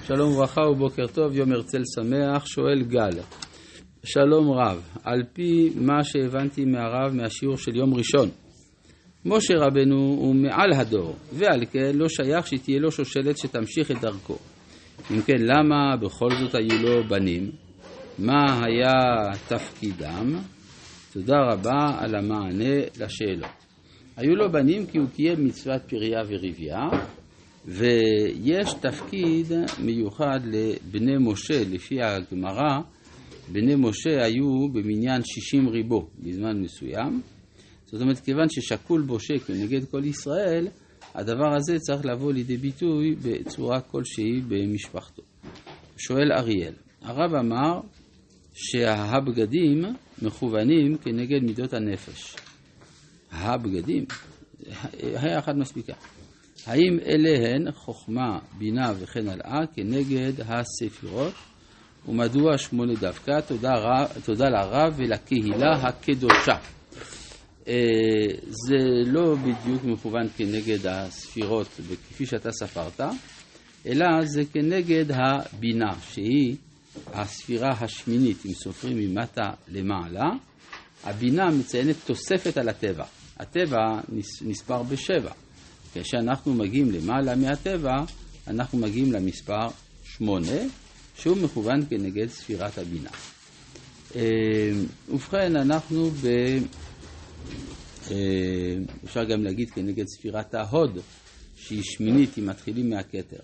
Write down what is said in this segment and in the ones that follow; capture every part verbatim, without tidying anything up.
שלום וברכה ובוקר טוב, יום הרצל שמח. שואל גל, שלום רב, על פי מה שהבנתי מהרב מהשיעור של יום ראשון, משה רבנו הוא מעל הדור, ועל כן לא שייך שתהיה לו שושלת שתמשיך את דרכו. אם כן, למה בכל זאת היו לו בנים? מה היה תפקידם? תודה רבה על המענה לשאלות. היו לו בנים כי הוא קיים מצוות פריה ורבייה, ויש תפקיד מיוחד לבני משה. לפי הגמרא, בני משה היו במניין שישים ריבו בזמן מסוים. זאת אומרת, כיוון ששקול משה כנגד כל ישראל, הדבר הזה צריך לבוא לידי ביטוי בצורה כלשהי במשפחתו. שואל אריאל, הרב אמר שהבגדים מכוונים כנגד מידות הנפש. הבגדים, היה אחד מספיקה. האם אלה הן חוכמה, בינה וכן הלאה כנגד הספירות? ומדוע שמונה דווקא? תודה, תודה לרב ולקהילה הקדושה. זה לא בדיוק מכוון כנגד הספירות כפי שאתה ספרת, אלא זה כנגד הבינה, שהיא הספירה השמינית, אם סופרים ממטה למעלה. הבינה מציינת תוספת על הטבע. הטבע נספר בשבע. כשאנחנו מגיעים למעלה מהטבע, אנחנו מגיעים למספר שמונה, שהוא מכוון כנגד ספירת הבינה. ובכן, אנחנו ב... אפשר גם להגיד כנגד ספירת ההוד, שהיא שמינית, היא מתחילים מהכתר.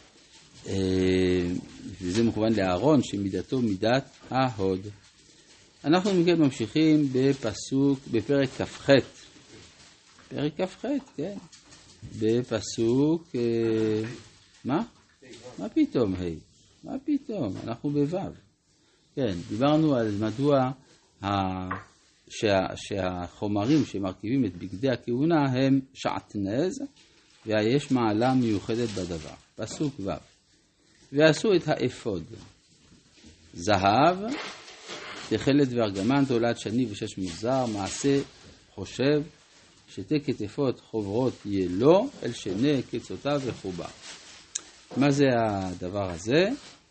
וזה מכוון לאהרון, שמידתו מידת ההוד. אנחנו מכן ממשיכים בפסוק, בפרק כ"ח. פרק כ"ח, כן. בפסוק, מה? מה פתאום, היי? מה פתאום? אנחנו בו"ב. כן, דיברנו על מדוע ה... שה... שהחומרים שמרכיבים את בגדי הכהונה הם שעטנז, ויש מעלה מיוחדת בדבר. פסוק ו'. ועשו את האפוד. זהב, תכלת וארגמן, תולד שני ושש מוזר, מעשה חושב, שתי כתפות חוברות יהיה לו, אל שני קצותיו וחובה. מה זה הדבר הזה?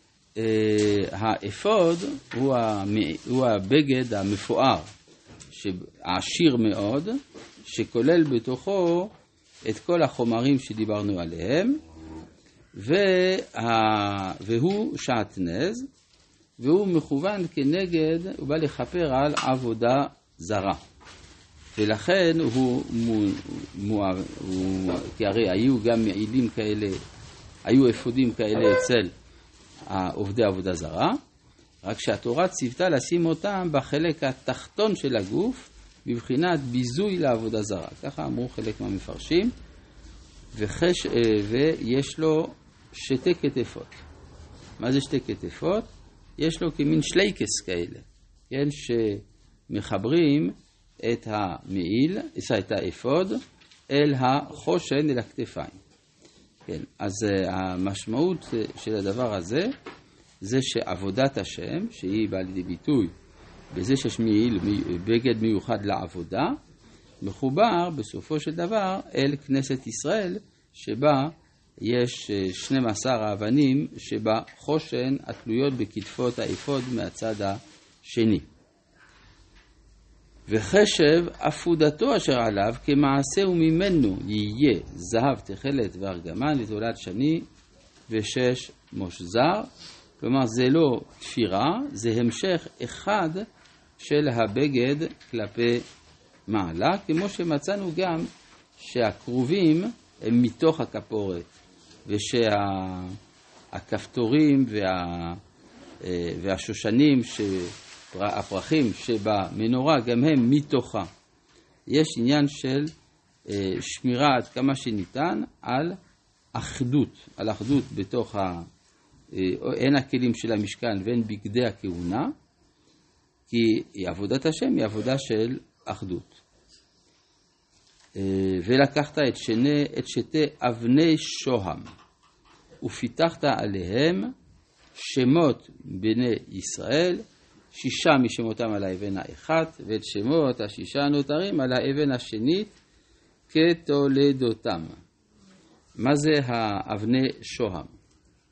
האפוד הוא, המ... הוא הבגד המפואר, העשיר מאוד, שכולל בתוכו את כל החומרים שדיברנו עליהם, וה... והוא שעטנז, והוא מכוון כנגד, הוא בא לחפר על עבודה זרה. ולכן הוא, מו, מו, הוא, כי הרי היו גם מעילים כאלה, היו אפודים כאלה אצל עובדי עבודה זרה, רק שהתורה ציוותה לשים אותם בחלק התחתון של הגוף, בבחינת ביזוי לעבודה זרה. ככה אמרו חלק מהמפרשים, וחש, ויש לו שתי כתפות. מה זה שתי כתפות? יש לו כמין שלייקס כאלה, כן, שמחברים את המעיל, את האפוד, אל החושן, אל הכתפיים. כן, אז המשמעות של הדבר הזה, זה שעבודת השם, שהיא באה לידי ביטוי, בזה שיש מעיל, בגד מיוחד לעבודה, מחובר בסופו של דבר אל כנסת ישראל, שבה יש שנים עשר האבנים שבה חושן התלויות בכתפות האפוד מהצד השני. וחשב אפודתו אשר עליו כמעשה וממנו יהיה זהב תכלת וארגמן לתולד שני ושש מושזר. כלומר זה לא תפירה, זה המשך אחד של הבגד כלפי מעלה, כמו שמצאנו גם שהקרובים הם מתוך הכפורת, ושהכפתורים וה, והשושנים, הפרחים שבמנורה גם הם מתוכה. יש עניין של שמירה עד כמה שניתן על אחדות, על אחדות בתוך ה... אין הכלים של המשכן ואין בגדי הכהונה, כי עבודת השם היא עבודה של אחדות. ולקחת את, שני, את שתי אבני שוהם, ופיתחת עליהם שמות בני ישראל, שישה משמותם על האבן האחת, ואת שמות השישה הנותרים על האבן השנית כתולדותם. מה זה האבני שוהם?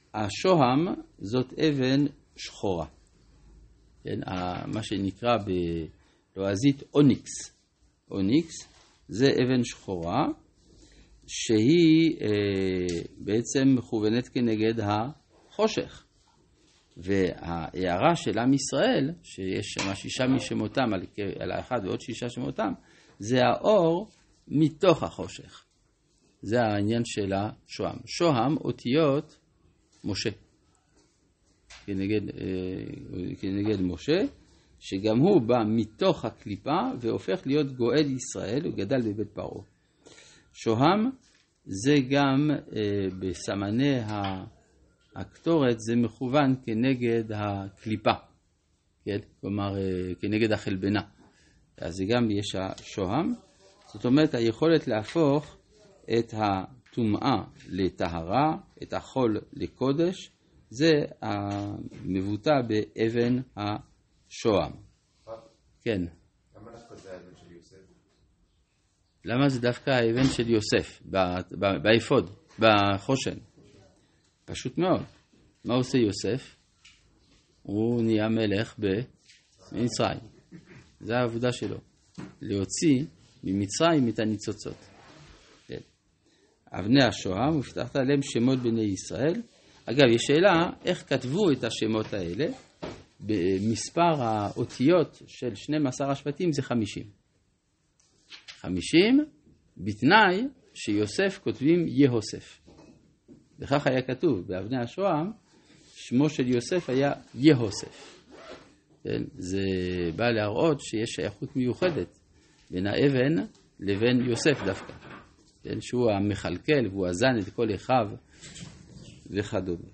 השוהם זאת אבן שחורה. כן, מה שנקרא בלועזית אוניקס. אוניקס זה אבן שחורה שהיא אה, בעצם מכוונת כנגד החושך. וההערה של עם ישראל, שיש שם שישה משמותם על, על האחד ועוד שישה שמותם, זה האור מתוך החושך. זה העניין של השוהם. שוהם אותיות משה. כנגד, כנגד משה, שגם הוא בא מתוך הקליפה והופך להיות גואל ישראל, הוא גדל בבית פרעה. שוהם זה גם בסמני הקטורת, זה מכוון כנגד הקליפה, כן? כלומר כנגד החלבנה. אז זה גם יש השוהם, זאת אומרת היכולת להפוך את הטומאה לטהרה, את החול לקודש, זה המבוטא באבן השוהם. כן. למה דווקא זה האבן של יוסף? למה זה דווקא האבן של יוסף, באפוד, בחושן? פשוט מאוד. מה עושה יוסף? הוא נהיה מלך במצרים. זה העבודה שלו. להוציא ממצרים את הניצוצות. כן. אבני השוהם, ופתחת עליהם שמות בני ישראל. אגב, יש שאלה איך כתבו את השמות האלה. במספר האותיות של שנים עשר השבטים זה חמישים. חמישים בתנאי שיוסף כותבים יהוסף. וכך היה כתוב באבני השוהם, שמו של יוסף היה יהוסף. כן? זה בא להראות שיש שייכות מיוחדת בין האבן לבין יוסף דווקא. כן? שהוא המחלקל והוא הזן את כל אחיו וכדומה.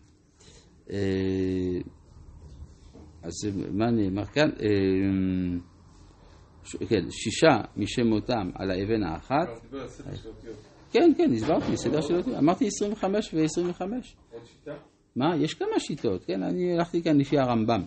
אז מה נאמר כאן? כן, שישה משמותם על האבן האחת. כן, כן, הסברתי, סדר של אותיות. אמרתי עשרים וחמש ו-עשרים וחמש. עוד שיטה? מה? יש כמה שיטות, כן? אני הלכתי כאן לפי הרמב"ם.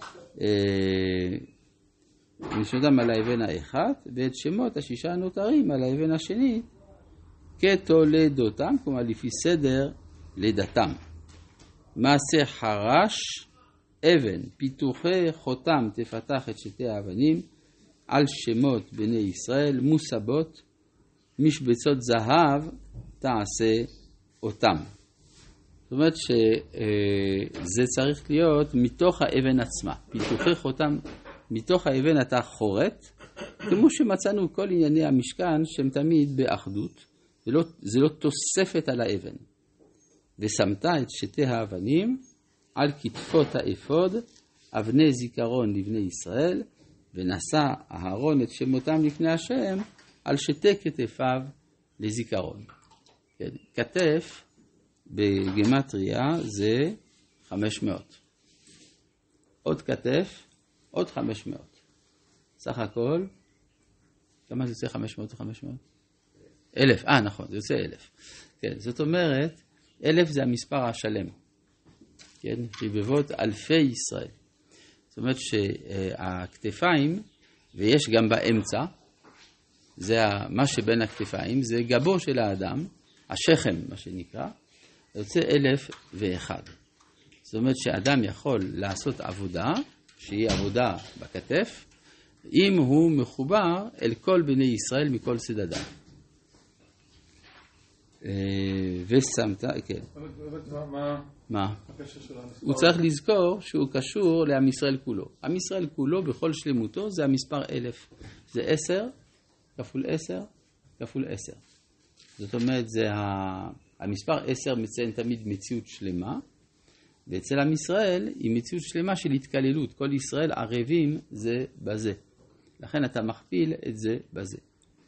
משמותם על האבן האחת, ואת שמות השישה הנותרים על האבן השני, כתולדותם, כלומר לפי סדר לידתם. מעשה חרש, אבן, פיתוחי חותם תפתח את שתי האבנים, על שמות בני ישראל, מוסבות, משבצות זהב תעשה אותם. זאת אומרת שזה צריך להיות מתוך האבן עצמה. פיתוחי חותם, מתוך האבן אתה חורת, כמו שמצאנו כל ענייני המשכן שהם תמיד באחדות, זה לא, זה לא תוספת על האבן. ושמת את שתי האבנים על כתפות האפוד, אבני זיכרון לבני ישראל, ונשא אהרון את שמותם לפני השם על שתי כתפיו לזיכרון. כן. כתף בגמטריה זה חמש מאות. עוד כתף, עוד חמש מאות. סך הכל, כמה זה יוצא חמש מאות ו-חמש מאות? אלף, אה נכון, זה יוצא אלף. כן, זאת אומרת, אלף זה המספר השלם. כן, רבבות אלפי ישראל. זאת אומרת שהכתפיים, ויש גם באמצע, זה מה שבין הכתפיים, זה גבו של האדם, השכם מה שנקרא, יוצא אלף ואחד. זאת אומרת שאדם יכול לעשות עבודה, שהיא עבודה בכתף, אם הוא מחובר אל כל בני ישראל מכל צדדיו. ושמת, כן. מה? מה? הוא צריך לזכור שהוא קשור לעם ישראל כולו. עם ישראל כולו בכל שלמותו זה המספר אלף. זה עשר כפול עשר כפול עשר. זאת אומרת, זה המספר עשר מציין תמיד מציאות שלמה, ואצל עם ישראל היא מציאות שלמה של התקללות. כל ישראל ערבים זה בזה. לכן אתה מכפיל את זה בזה.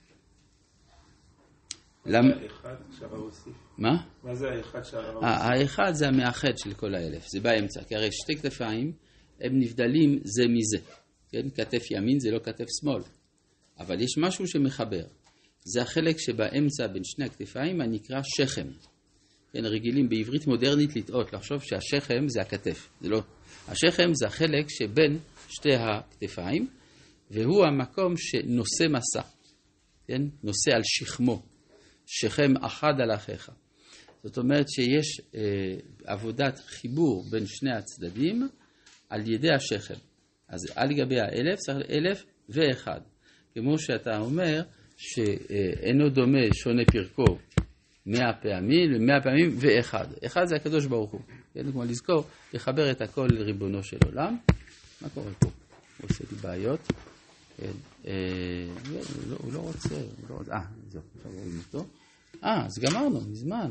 מה זה האחד שהרב הוסיף? מה? מה זה האחד שהרב הוסיף? האחד זה המאחד של כל האלף, זה באמצע, כי הרי שתי כתפיים הם נבדלים זה מזה. כן? כתף ימין זה לא כתף שמאל, אבל יש משהו שמחבר. זה החלק שבאמצע בין שני הכתפיים הנקרא שכם. כן, רגילים בעברית מודרנית לטעות, לחשוב שהשכם זה הכתף. זה לא. השכם זה החלק שבין שתי הכתפיים, והוא המקום שנושא מסע. כן? נושא על שכמו. שכם אחד על אחיך. זאת זאת אומרת שיש אה, עבודת חיבור בין שני הצדדים על ידי השכם. אז על גבי האלף צריך אלף ואחד. כמו שאתה אומר שאינו דומה שונה פרקו מאה פעמים ומאה פעמים ואחד. אחד זה הקדוש ברוך הוא. כן, כמו לזכור, לחבר את הכל לריבונו של עולם. מה קורה פה? הוא עושה לי בעיות. כן, אה, הוא, לא, הוא לא רוצה, הוא לא רוצה. אה, זהו, עכשיו רואים אותו. אה, אז גמרנו, מזמן.